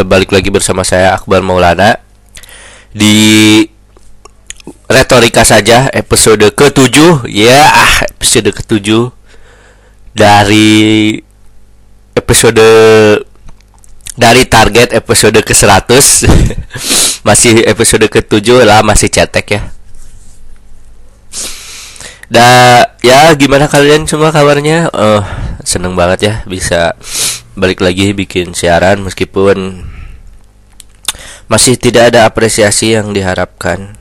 balik lagi bersama saya Akbar Maulana di Retorika Saja episode ke-7. Episode ke-7 dari episode dari target episode ke-100. Masih episode ke-7 lah, masih cetek ya. Gimana kalian semua kabarnya? Seneng banget ya bisa balik lagi bikin siaran meskipun masih tidak ada apresiasi yang diharapkan.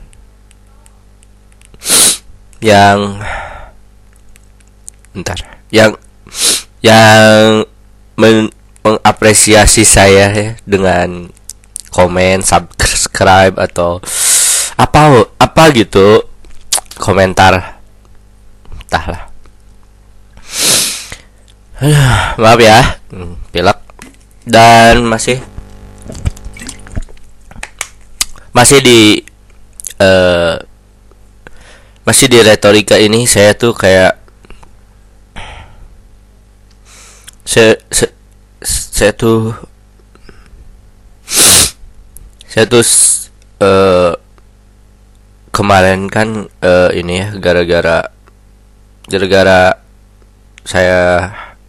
Yang mengapresiasi saya ya dengan komen, subscribe atau apa gitu, komentar entahlah. Maaf ya, pilek. Dan masih di retorika ini saya tuh kayak saya tuh kemarin kan ini ya gara-gara saya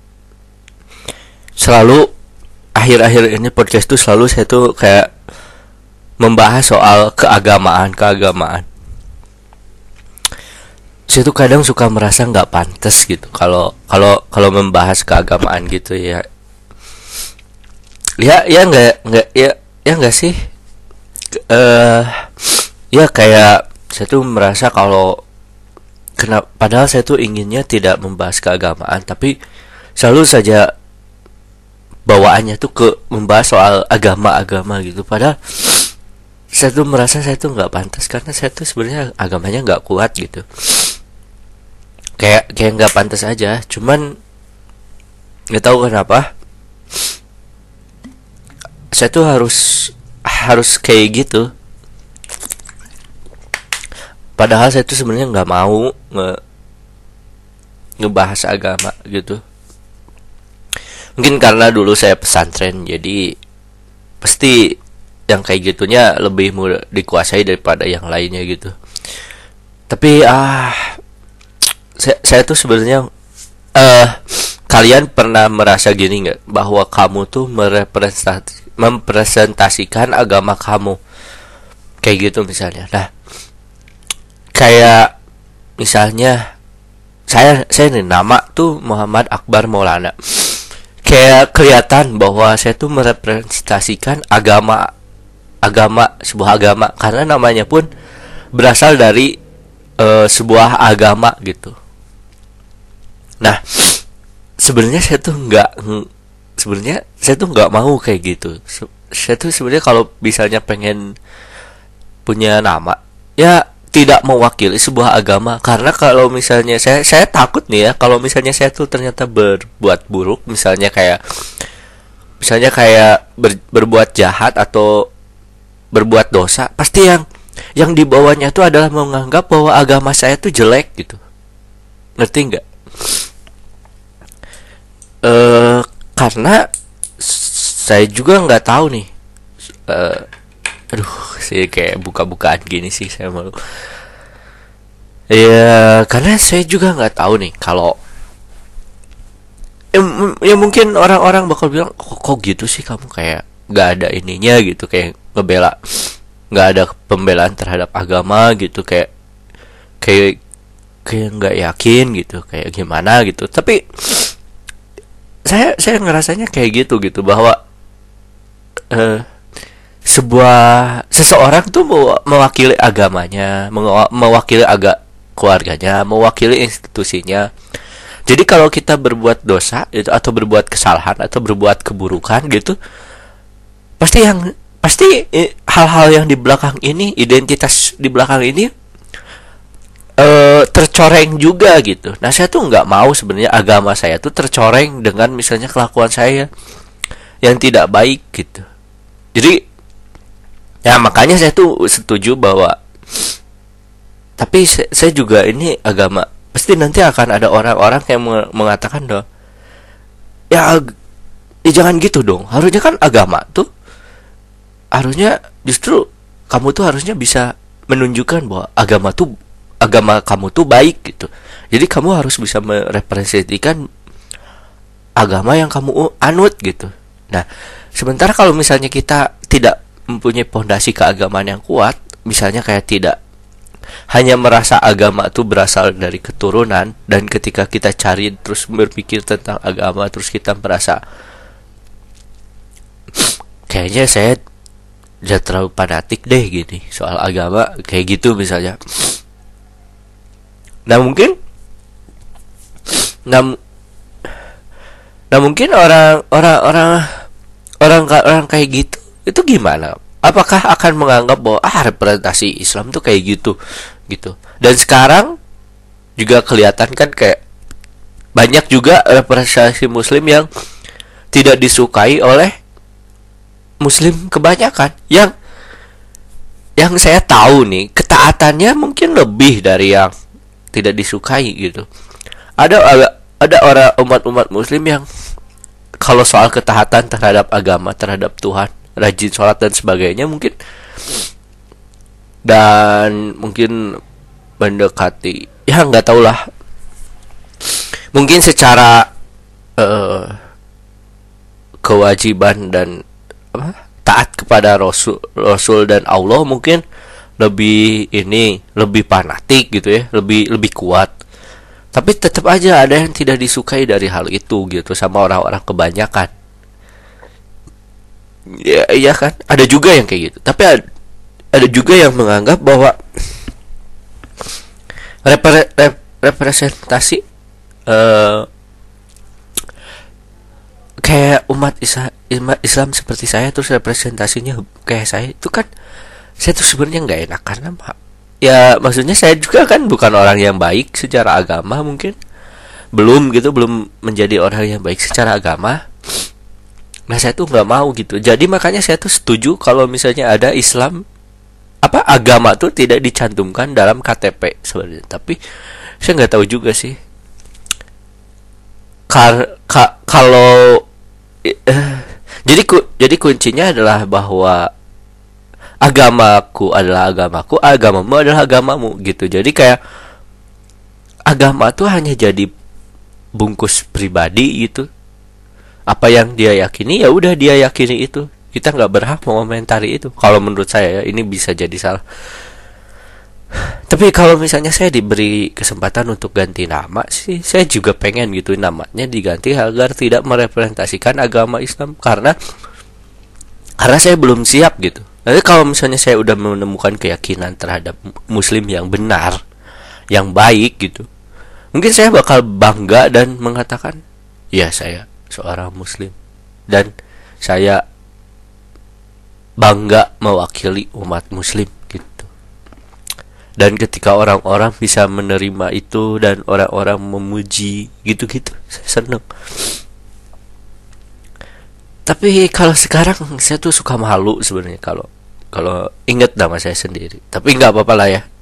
selalu akhir-akhir ini podcast tuh selalu saya tuh kayak membahas soal keagamaan. Saya tuh kadang suka merasa nggak pantas gitu kalau membahas keagamaan gitu ya. Nggak sih. Ya kayak saya tuh merasa padahal saya tuh inginnya tidak membahas keagamaan, tapi selalu saja bawaannya tuh ke membahas soal agama gitu. Padahal saya tuh merasa saya tuh nggak pantas karena saya tuh sebenarnya agamanya nggak kuat gitu. Kayak nggak pantas aja. Cuman nggak tahu kenapa saya tuh harus kayak gitu. Padahal saya tuh sebenarnya nggak mau ngebahas agama gitu. Mungkin karena dulu saya pesantren, jadi pasti yang kayak gitunya lebih mudah dikuasai daripada yang lainnya gitu. Tapi saya tuh sebenarnya kalian pernah merasa gini nggak, bahwa kamu tuh mempresentasikan agama kamu kayak gitu misalnya. Nah, kayak misalnya saya nih nama tuh Muhammad Akbar Maulana. Kayak kelihatan bahwa saya tuh merepresentasikan sebuah agama karena namanya pun berasal dari sebuah agama gitu. Nah, sebenarnya saya tuh nggak mau kayak gitu. Saya tuh sebenarnya kalau misalnya pengen punya nama ya tidak mewakili sebuah agama, karena kalau misalnya saya takut nih ya, kalau misalnya saya tuh ternyata berbuat buruk, misalnya kayak berbuat jahat atau berbuat dosa, pasti yang dibawanya tuh adalah menganggap bahwa agama saya tuh jelek gitu. Ngerti nggak? Karena saya juga nggak tahu nih. Sih kayak buka-bukaan gini sih saya malu. Ya karena saya juga nggak tahu nih kalau ya mungkin orang-orang bakal bilang kok gitu sih kamu, kayak nggak ada ininya gitu, kayak nggak ada pembelaan terhadap agama gitu, kayak nggak yakin gitu, kayak gimana gitu. Tapi saya ngerasanya kayak gitu bahwa seseorang tuh mewakili agamanya, mewakili keluarganya, mewakili institusinya. Jadi kalau kita berbuat dosa itu, atau berbuat kesalahan atau berbuat keburukan gitu, pasti hal-hal yang di belakang ini, identitas di belakang ini tercoreng juga gitu. Nah, saya tuh nggak mau sebenarnya agama saya tuh tercoreng dengan misalnya kelakuan saya yang tidak baik gitu. Jadi ya makanya saya tuh setuju bahwa, tapi saya juga ini agama pasti nanti akan ada orang-orang yang mengatakan dong, ya jangan gitu dong, harusnya kan agama tuh harusnya justru kamu tuh harusnya bisa menunjukkan bahwa agama kamu tuh baik gitu. Jadi kamu harus bisa merepresentasikan agama yang kamu anut gitu. Nah, sementara kalau misalnya kita tidak mempunyai pondasi keagamaan yang kuat, misalnya kayak tidak hanya merasa agama itu berasal dari keturunan, dan ketika kita cari terus berpikir tentang agama terus kita merasa kayaknya saya udah terlalu fanatik deh gini soal agama kayak gitu misalnya. Nah mungkin nah, nah mungkin orang kayak gitu itu gimana? Apakah akan menganggap bahwa representasi Islam tuh kayak gitu gitu. Dan sekarang juga kelihatan kan kayak banyak juga representasi Muslim yang tidak disukai oleh Muslim kebanyakan, yang saya tahu nih ketaatannya mungkin lebih dari yang tidak disukai gitu. Ada orang umat Muslim yang kalau soal ketaatan terhadap agama, terhadap Tuhan, rajin sholat dan sebagainya mungkin, dan mungkin mendekati, ya nggak tahu lah, mungkin secara kewajiban dan taat kepada Rasul dan Allah mungkin lebih fanatik gitu ya, lebih kuat. Tapi tetap aja ada yang tidak disukai dari hal itu gitu sama orang-orang kebanyakan. Ya iya kan, ada juga yang kayak gitu. Tapi ada juga yang menganggap bahwa representasi kayak umat Islam seperti saya terus representasinya kayak saya itu kan, saya tuh sebenarnya nggak enak karena ya maksudnya saya juga kan bukan orang yang baik secara agama, mungkin belum menjadi orang yang baik secara agama. Nah saya tuh nggak mau gitu, jadi makanya saya tuh setuju kalau misalnya ada Islam agama tuh tidak dicantumkan dalam KTP sebenarnya. Tapi saya nggak tahu juga sih kalau jadi kuncinya adalah bahwa agamaku adalah agamaku, agamamu adalah agamamu gitu. Jadi kayak agama tuh hanya jadi bungkus pribadi gitu. Apa yang dia yakini ya udah dia yakini itu. Kita nggak berhak mengomentari itu. Kalau menurut saya ya, ini bisa jadi salah. Tapi kalau misalnya saya diberi kesempatan untuk ganti nama sih, saya juga pengen gitu namanya diganti agar tidak merepresentasikan agama Islam, karena saya belum siap gitu. Nanti kalau misalnya saya udah menemukan keyakinan terhadap Muslim yang benar, yang baik gitu, mungkin saya bakal bangga dan mengatakan, ya saya seorang Muslim dan saya bangga mewakili umat Muslim gitu. Dan ketika orang-orang bisa menerima itu dan orang-orang memuji gitu-gitu, saya seneng. Tapi kalau sekarang saya tuh suka malu sebenarnya kalau inget nama saya sendiri. Tapi nggak apa-apa lah ya.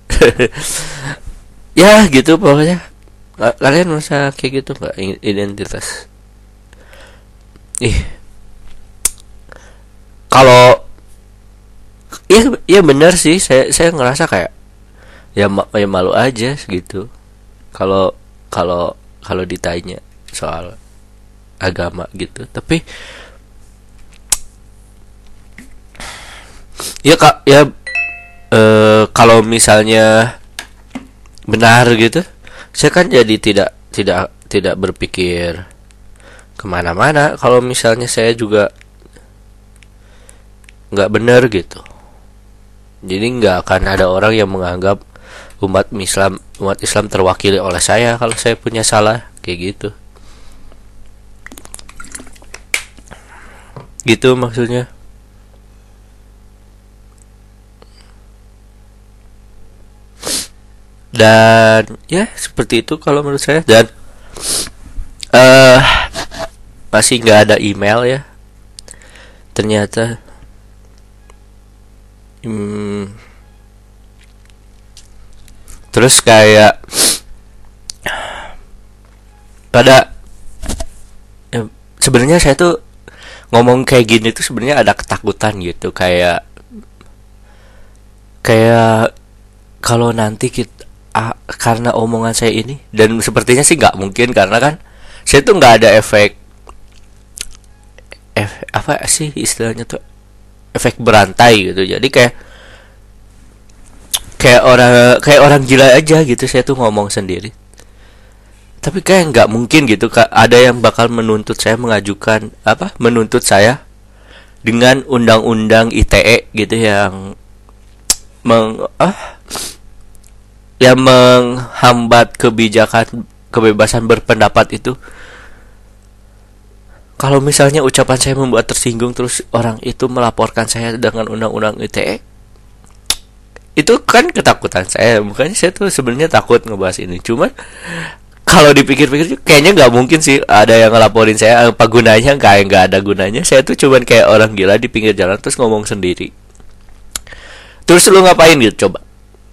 Ya gitu pokoknya. Kalian masa kayak gitu nggak identitas? Kalau ya benar sih, saya ngerasa kayak ya malu aja gitu kalau ditanya soal agama gitu. Tapi ya kalau misalnya benar gitu, saya kan jadi tidak berpikir kemana-mana. Kalau misalnya saya juga nggak benar gitu, jadi nggak akan ada orang yang menganggap umat Islam terwakili oleh saya kalau saya punya salah kayak gitu maksudnya. Dan ya seperti itu kalau menurut saya. Dan masih nggak ada email ya ternyata. Terus kayak pada sebenarnya saya tuh ngomong kayak gini tuh sebenarnya ada ketakutan gitu, kayak kayak kalau nanti kita karena omongan saya ini, dan sepertinya sih nggak mungkin karena kan saya tuh nggak ada apa sih istilahnya tuh, efek berantai gitu. Jadi kayak orang gila aja gitu saya tuh ngomong sendiri. Tapi kayak nggak mungkin gitu Kak, ada yang bakal menuntut saya dengan undang-undang ITE gitu yang yang menghambat kebebasan berpendapat itu. Kalau misalnya ucapan saya membuat tersinggung terus orang itu melaporkan saya dengan undang-undang ITE, itu kan ketakutan saya. Bukannya saya tuh sebenarnya takut ngebahas ini, cuman kalau dipikir-pikir kayaknya nggak mungkin sih ada yang ngelaporin saya. Apa gunanya? Kayak nggak ada gunanya. Saya tuh cuman kayak orang gila di pinggir jalan terus ngomong sendiri. Terus lu ngapain gitu coba?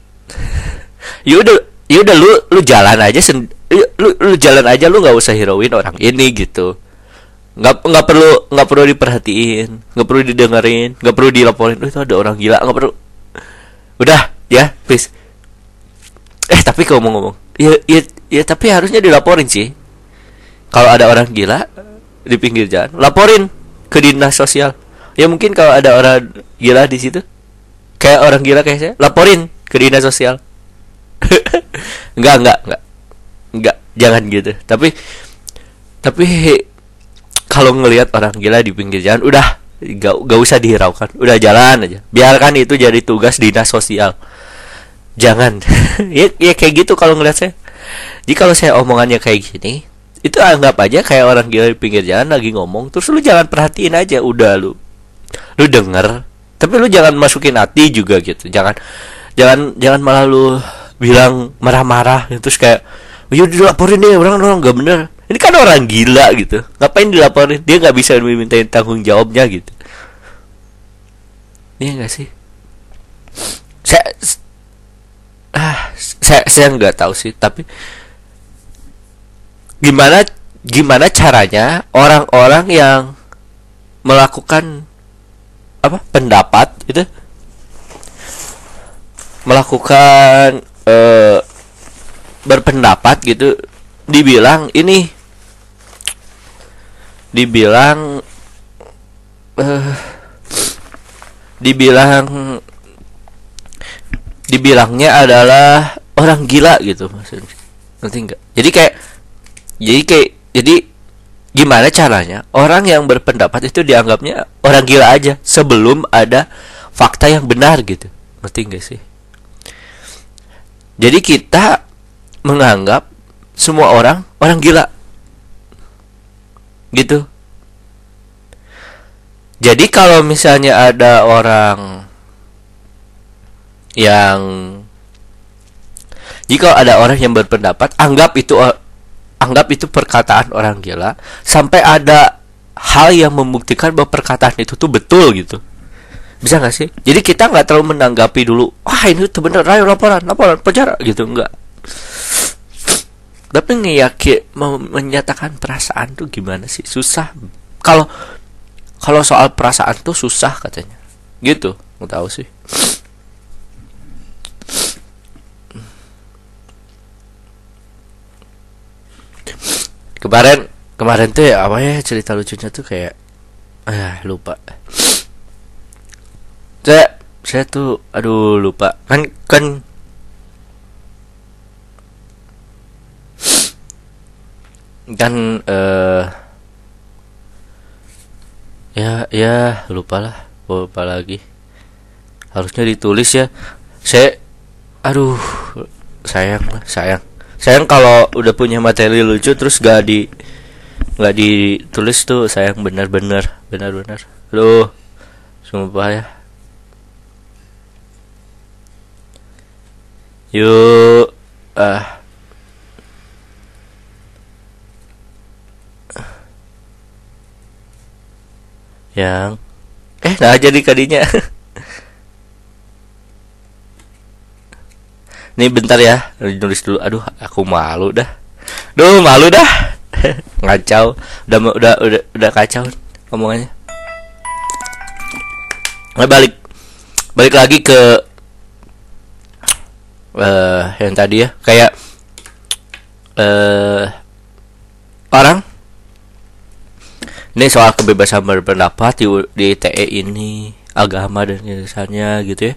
Yaudah lu jalan aja lu jalan aja, lu nggak usah hirauin orang ini gitu. Nggak perlu diperhatiin, nggak perlu didengerin, nggak perlu dilaporin. Itu ada orang gila, nggak perlu. Udah ya, please. Tapi kalau ngomong, ya tapi harusnya dilaporin sih. Kalau ada orang gila di pinggir jalan, laporin ke dinas sosial. Ya mungkin kalau ada orang gila di situ, kayak orang gila kayak saya, laporin ke dinas sosial. Enggak, jangan gitu. Tapi kalau ngelihat orang gila di pinggir jalan, udah gak usah dihiraukan, udah jalan aja, biarkan itu jadi tugas dinas sosial. Jangan ya kayak gitu kalau ngelihat saya. Jadi kalau saya omongannya kayak gini, itu anggap aja kayak orang gila di pinggir jalan lagi ngomong, terus lu jangan perhatiin aja, udah lu denger, tapi lu jangan masukin hati juga gitu. Jangan malah lu bilang marah-marah terus kayak, yuk dilaporin deh, orang nggak bener. Ini kan orang gila gitu, ngapain dilaporin? Dia nggak bisa dimintain tanggung jawabnya gitu. Iya nggak sih? Saya nggak tahu sih, tapi gimana caranya orang-orang yang melakukan pendapat itu, melakukan berpendapat gitu, dibilang dibilangnya adalah orang gila gitu maksudnya. Ngerti nggak? Jadi gimana caranya orang yang berpendapat itu dianggapnya orang gila aja sebelum ada fakta yang benar gitu. Ngerti nggak sih? Jadi kita menganggap semua orang gila gitu. Jadi kalau misalnya ada orang jika ada orang yang berpendapat, anggap itu perkataan orang gila sampai ada hal yang membuktikan bahwa perkataan itu tuh betul gitu. Bisa nggak sih? Jadi kita nggak terlalu menanggapi dulu, ini tuh bener, ayo laporan penjara gitu, nggak. Tapi menyatakan perasaan tuh gimana sih? Susah. Kalau soal perasaan tuh susah katanya. Gitu, nggak tahu sih. Kemarin tuh ya apa ya cerita lucunya tuh kayak lupa. Saya tuh lupa. Kan lupa lagi. Harusnya ditulis ya. Sayang kalau udah punya materi lucu terus gak ditulis tuh, sayang benar-benar. Aduh, sumpah ya. Yuk, yang nah jadi kadinya. Nih bentar ya, nulis dulu. Aduh, aku malu dah. Ngacau. Udah kacau omongannya. Nah, balik lagi ke yang tadi ya, kayak orang ini soal kebebasan berpendapat di ITE ini, agama dan misalnya gitu ya.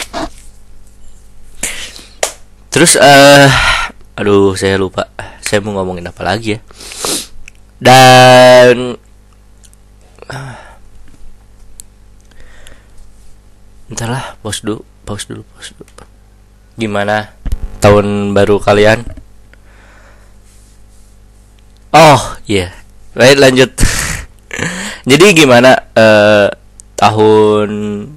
Terus aduh saya lupa saya mau ngomongin apa lagi ya. Dan entahlah, pause dulu. Gimana tahun baru kalian? Oh iya, baik lanjut. Jadi gimana tahun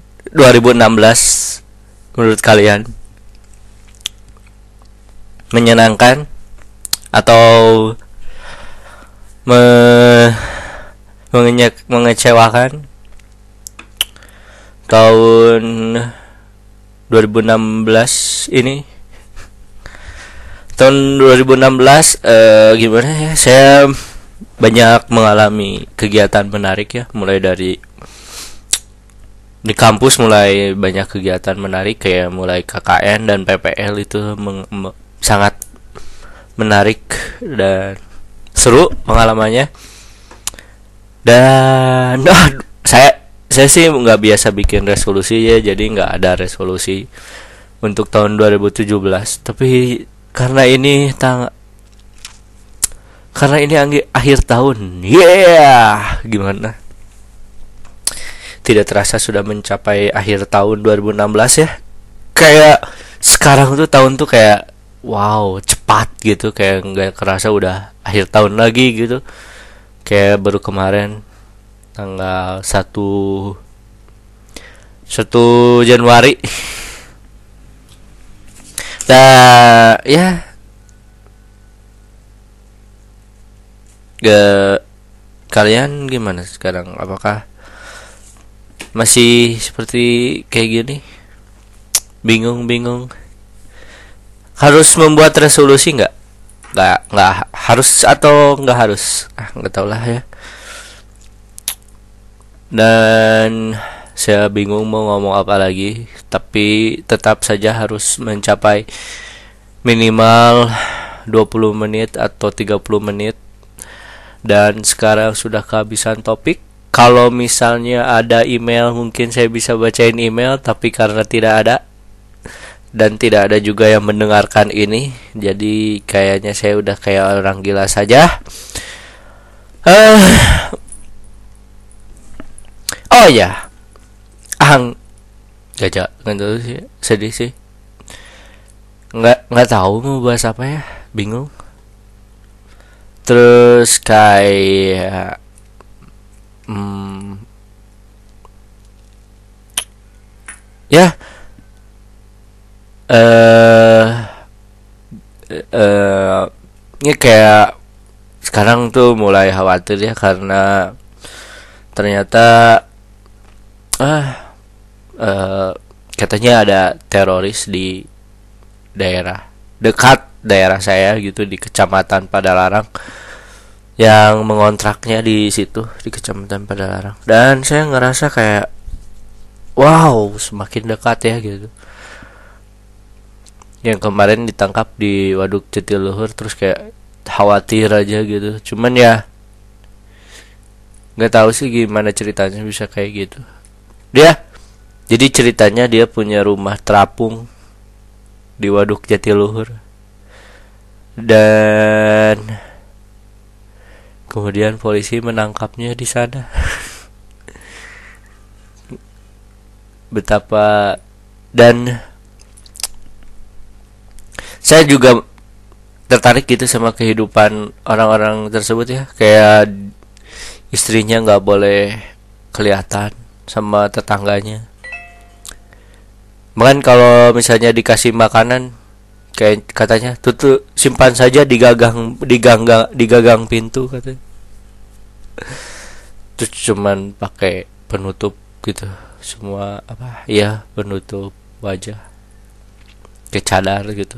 2016 menurut kalian? Menyenangkan atau mengecewakan? Tahun 2016 ini, tahun 2016 gimana ya, saya banyak mengalami kegiatan menarik ya, mulai dari di kampus mulai banyak kegiatan menarik, kayak mulai KKN dan PPL itu sangat menarik dan seru pengalamannya. Dan saya sih nggak biasa bikin resolusi ya, jadi nggak ada resolusi untuk tahun 2017. Tapi karena ini akhir tahun, gimana? Tidak terasa sudah mencapai akhir tahun 2016 ya. Kayak sekarang tuh tahun tuh kayak wow cepat gitu, kayak nggak kerasa udah akhir tahun lagi gitu. Kayak baru kemarin tanggal 1 Januari. Nah, ya kalian gimana sekarang? Apakah masih seperti kayak gini? Bingung. Harus membuat resolusi nggak? Nggak harus atau nggak harus? Nggak tahu lah ya. Dan saya bingung mau ngomong apa lagi, tapi tetap saja harus mencapai minimal 20 menit atau 30 menit. Dan sekarang sudah kehabisan topik. Kalau misalnya ada email, mungkin saya bisa bacain email, tapi karena tidak ada dan tidak ada juga yang mendengarkan ini, jadi kayaknya saya udah kayak orang gila saja. Oh ya, gajah nggak tahu sih, sedih sih. Nggak tahu mau bahas apa ya, bingung. Terus kayak ya ini kayak sekarang tuh mulai khawatir ya, karena ternyata katanya ada teroris di dekat daerah saya gitu, di Kecamatan Padalarang, yang mengontraknya di situ di Kecamatan Padalarang. Dan saya ngerasa kayak wow, semakin dekat ya gitu. Yang kemarin ditangkap di Waduk Jatiluhur, terus kayak khawatir aja gitu. Cuman ya nggak tahu sih gimana ceritanya bisa kayak gitu. Jadi ceritanya dia punya rumah terapung di Waduk Jatiluhur, dan kemudian polisi menangkapnya di sana. Betapa, dan saya juga tertarik gitu sama kehidupan orang-orang tersebut ya, kayak istrinya nggak boleh kelihatan sama tetangganya. Bahkan kalau misalnya dikasih makanan, kayak katanya tutup, simpan saja di gagang pintu katanya. Terus cuman pakai penutup gitu semua, apa ya, penutup wajah, kayak cadar gitu.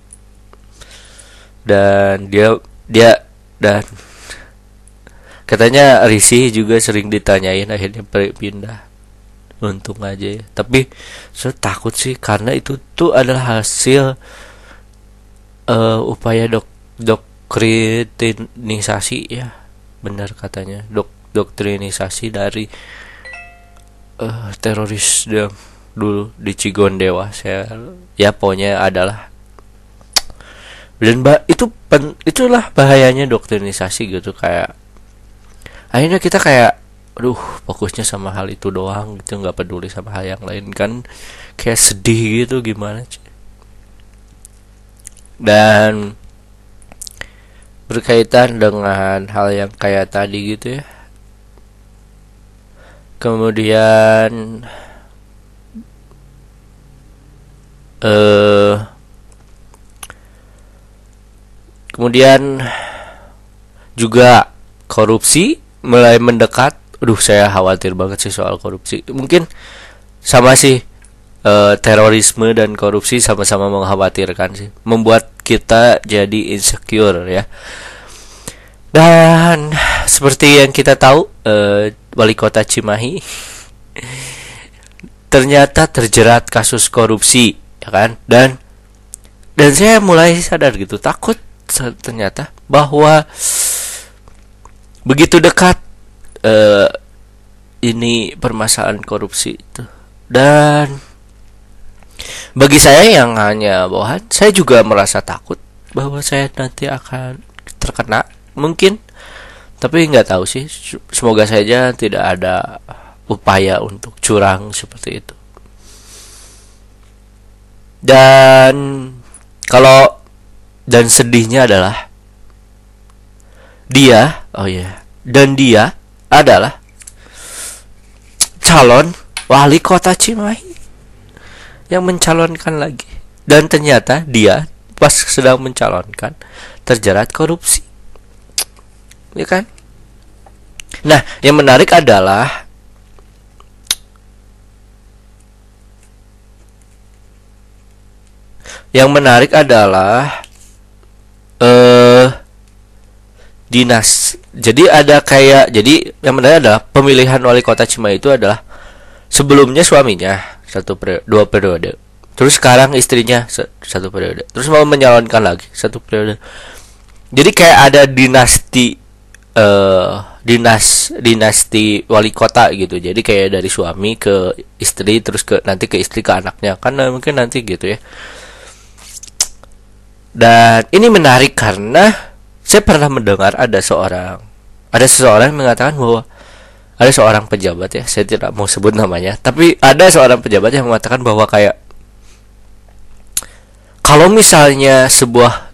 Dan dia dan katanya risih juga, sering ditanyain, akhirnya pindah. untung aja ya. Tapi saya takut sih karena itu tuh adalah hasil upaya doktrinisasi ya, benar katanya, doktrinisasi dari teroris yang dulu di Cigondewa. Saya ya pokoknya adalah, dan itulah bahayanya doktrinisasi gitu, kayak akhirnya kita kayak aduh fokusnya sama hal itu doang gitu, nggak peduli sama hal yang lain kan, kayak sedih gitu gimana sih. Dan berkaitan dengan hal yang kayak tadi gitu ya, kemudian kemudian juga korupsi mulai mendekat. Aduh, saya khawatir banget sih soal korupsi. Mungkin sama sih, terorisme dan korupsi sama-sama mengkhawatirkan sih, membuat kita jadi insecure ya. Dan seperti yang kita tahu, wali kota Cimahi ternyata terjerat kasus korupsi ya kan, dan saya mulai sadar gitu, takut ternyata bahwa begitu dekat ini permasalahan korupsi itu. Dan bagi saya yang hanya bawahan, saya juga merasa takut bahwa saya nanti akan terkena mungkin, tapi nggak tahu sih, semoga saja tidak ada upaya untuk curang seperti itu. Dan sedihnya adalah dia adalah calon wali kota Cimahi yang mencalonkan lagi, dan ternyata dia pas sedang mencalonkan terjerat korupsi, ya kan? Nah, yang menarik adalah dinas. Jadi yang menarik adalah pemilihan wali kota Cimahi itu adalah sebelumnya suaminya dua periode, terus sekarang istrinya satu periode, terus mau menyalonkan lagi satu periode. Jadi kayak ada dinasti wali kota gitu. Jadi kayak dari suami ke istri, terus nanti ke istri ke anaknya, kan mungkin nanti gitu ya. Dan ini menarik karena saya pernah mendengar ada seseorang yang mengatakan bahwa ada seorang pejabat ya, saya tidak mau sebut namanya, tapi ada seorang pejabat yang mengatakan bahwa kayak kalau misalnya sebuah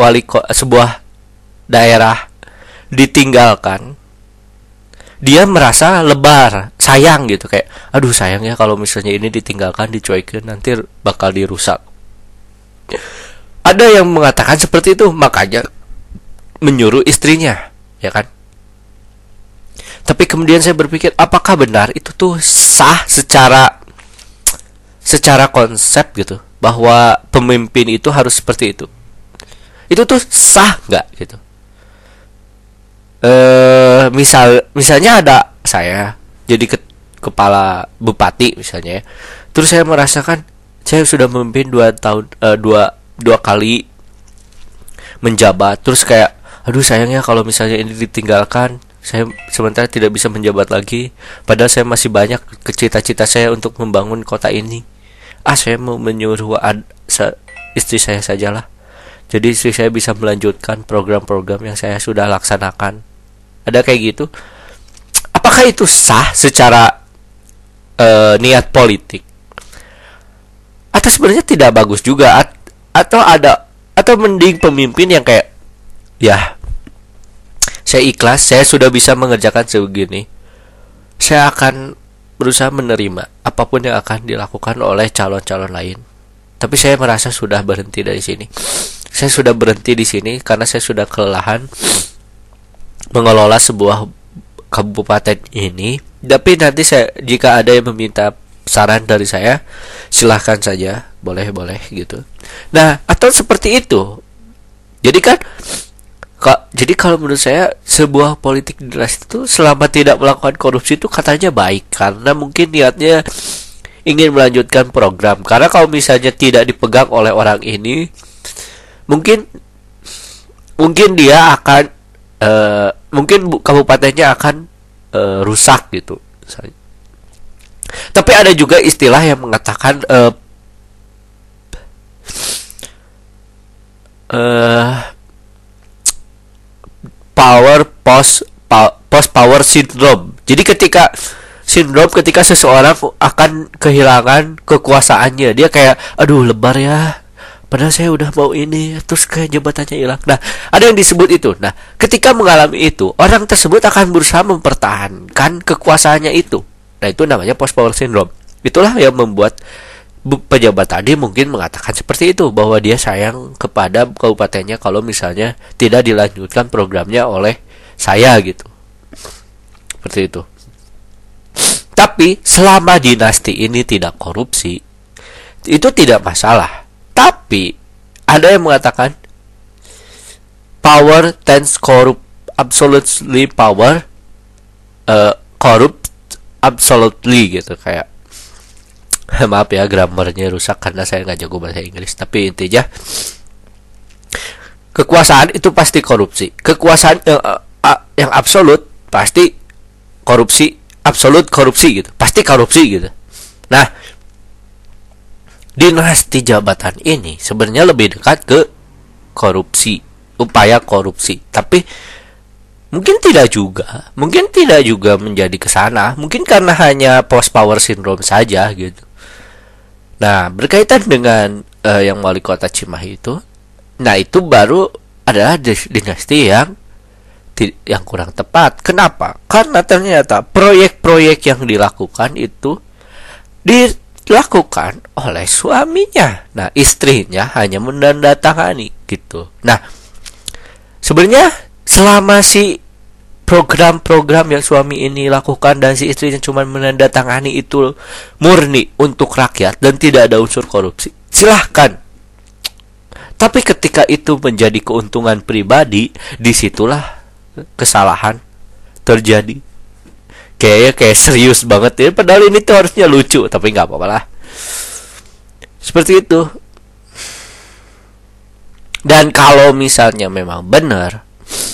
daerah ditinggalkan, dia merasa sayang gitu, kayak aduh sayang ya kalau misalnya ini ditinggalkan, dicuekin, nanti bakal dirusak. Ada yang mengatakan seperti itu, makanya menyuruh istrinya, ya kan? Tapi kemudian saya berpikir, apakah benar itu tuh sah secara konsep gitu, bahwa pemimpin itu harus seperti itu? Itu tuh sah nggak gitu? Misalnya ada saya jadi kepala bupati misalnya ya. Terus saya merasakan saya sudah memimpin 2 tahun, dua kali menjabat, terus kayak aduh sayangnya kalau misalnya ini ditinggalkan, saya sementara tidak bisa menjabat lagi, padahal saya masih banyak cita-cita saya untuk membangun kota ini. Saya mau menyuruh istri saya sajalah, jadi istri saya bisa melanjutkan program-program yang saya sudah laksanakan. Ada kayak gitu. Apakah itu sah secara niat politik? Atau sebenarnya tidak bagus juga? Atau mending pemimpin yang kayak ya, saya ikhlas, saya sudah bisa mengerjakan segini, saya akan berusaha menerima apapun yang akan dilakukan oleh calon-calon lain. Tapi saya merasa sudah berhenti dari sini. Saya sudah berhenti di sini karena saya sudah kelelahan mengelola sebuah kabupaten ini. Tapi nanti jika ada yang meminta saran dari saya, silahkan saja, boleh gitu. Nah, atau seperti itu. Jadi kan Jadi kalau menurut saya sebuah politik dinasti itu selama tidak melakukan korupsi itu katanya baik, karena mungkin niatnya ingin melanjutkan program. Karena kalau misalnya tidak dipegang oleh orang ini, mungkin dia akan mungkin kabupatennya akan rusak gitu. Tapi ada juga istilah yang mengatakan post power syndrome. Jadi ketika seseorang akan kehilangan kekuasaannya, dia kayak aduh lebar ya, padahal saya udah mau ini, terus kayak jabatannya hilang. Nah, ada yang disebut itu. Nah, ketika mengalami itu, orang tersebut akan berusaha mempertahankan kekuasaannya itu. Nah, itu namanya post power syndrome. Itulah yang membuat pejabat tadi mungkin mengatakan seperti itu, bahwa dia sayang kepada kabupatennya kalau misalnya tidak dilanjutkan programnya oleh saya gitu. Seperti itu. Tapi selama dinasti ini tidak korupsi, itu tidak masalah. Tapi ada yang mengatakan power tends corrupt absolutely power, corrupt absolutely gitu, kayak maaf ya grammarnya rusak karena saya nggak jago bahasa Inggris, tapi intinya kekuasaan itu pasti korupsi. Kekuasaan yang absolut pasti korupsi, absolut korupsi gitu, pasti korupsi gitu. Nah, dinasti jabatan ini sebenarnya lebih dekat ke korupsi, upaya korupsi. Tapi mungkin tidak juga menjadi ke sana. Mungkin karena hanya post power syndrome saja gitu. Nah, berkaitan dengan yang wali kota Cimahi itu, nah itu baru adalah dinasti yang kurang tepat. Kenapa? Karena ternyata proyek-proyek yang dilakukan itu dilakukan oleh suaminya. Nah, istrinya hanya menandatangani gitu. Nah, sebenarnya selama si program-program yang suami ini lakukan dan si istrinya cuma menandatangani itu murni untuk rakyat dan tidak ada unsur korupsi, silahkan. Tapi ketika itu menjadi keuntungan pribadi, disitulah kesalahan terjadi. Kayak serius banget ya, padahal ini tuh harusnya lucu, tapi nggak apa-apa lah. Seperti itu. Dan kalau misalnya memang benar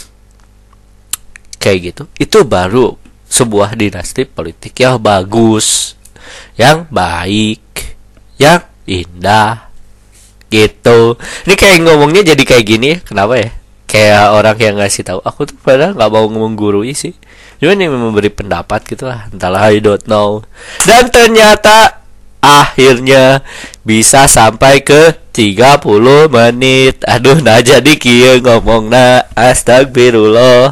kayak gitu, itu baru sebuah dinasti politik yang bagus, yang baik, yang indah gitu. Ini kayak ngomongnya jadi kayak gini, kenapa ya? Kayak orang yang ngasih tahu. Aku tuh padahal nggak mau menggurui sih, cuma ini memberi pendapat gitu lah, entahlah, I don't know. Dan ternyata akhirnya bisa sampai ke 30 menit. Aduh, nah jadi kieu ngomongna astagfirullah.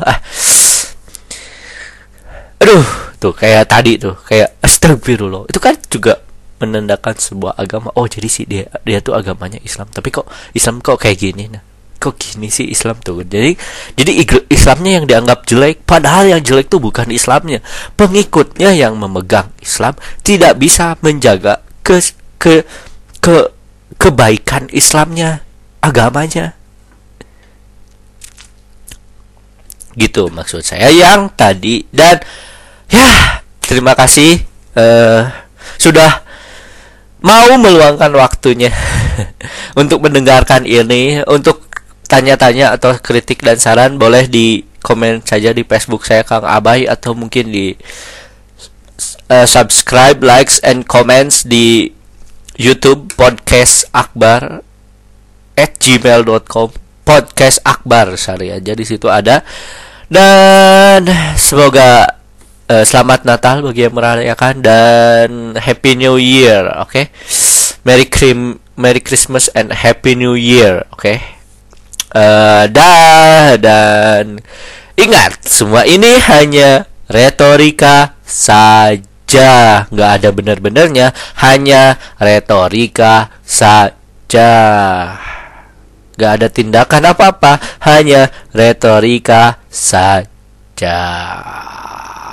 Aduh, tuh kayak tadi tuh, kayak astagfirullah. Itu kan juga menandakan sebuah agama. Oh, jadi sih dia tuh agamanya Islam. Tapi kok Islam kok kayak gini? Nah, kok gini sih Islam tuh? Jadi Islamnya yang dianggap jelek, padahal yang jelek tuh bukan Islamnya. Pengikutnya yang memegang Islam tidak bisa menjaga kebaikan Islamnya, agamanya. Gitu maksud saya yang tadi. Dan ya, terima kasih sudah mau meluangkan waktunya untuk mendengarkan ini. Untuk tanya-tanya atau kritik dan saran boleh di komen saja di Facebook saya Kang Abai, atau mungkin di subscribe, likes, and comments di YouTube Podcast Akbar @gmail.com. Podcast Akbar cari aja, di situ ada. Dan semoga selamat Natal bagi yang merayakan, dan Happy New Year, oke? Merry Christmas and Happy New Year, oke? Dan ingat, semua ini hanya retorika saja, nggak ada benar-benarnya, hanya retorika saja, nggak ada tindakan apa-apa, hanya retorika saja.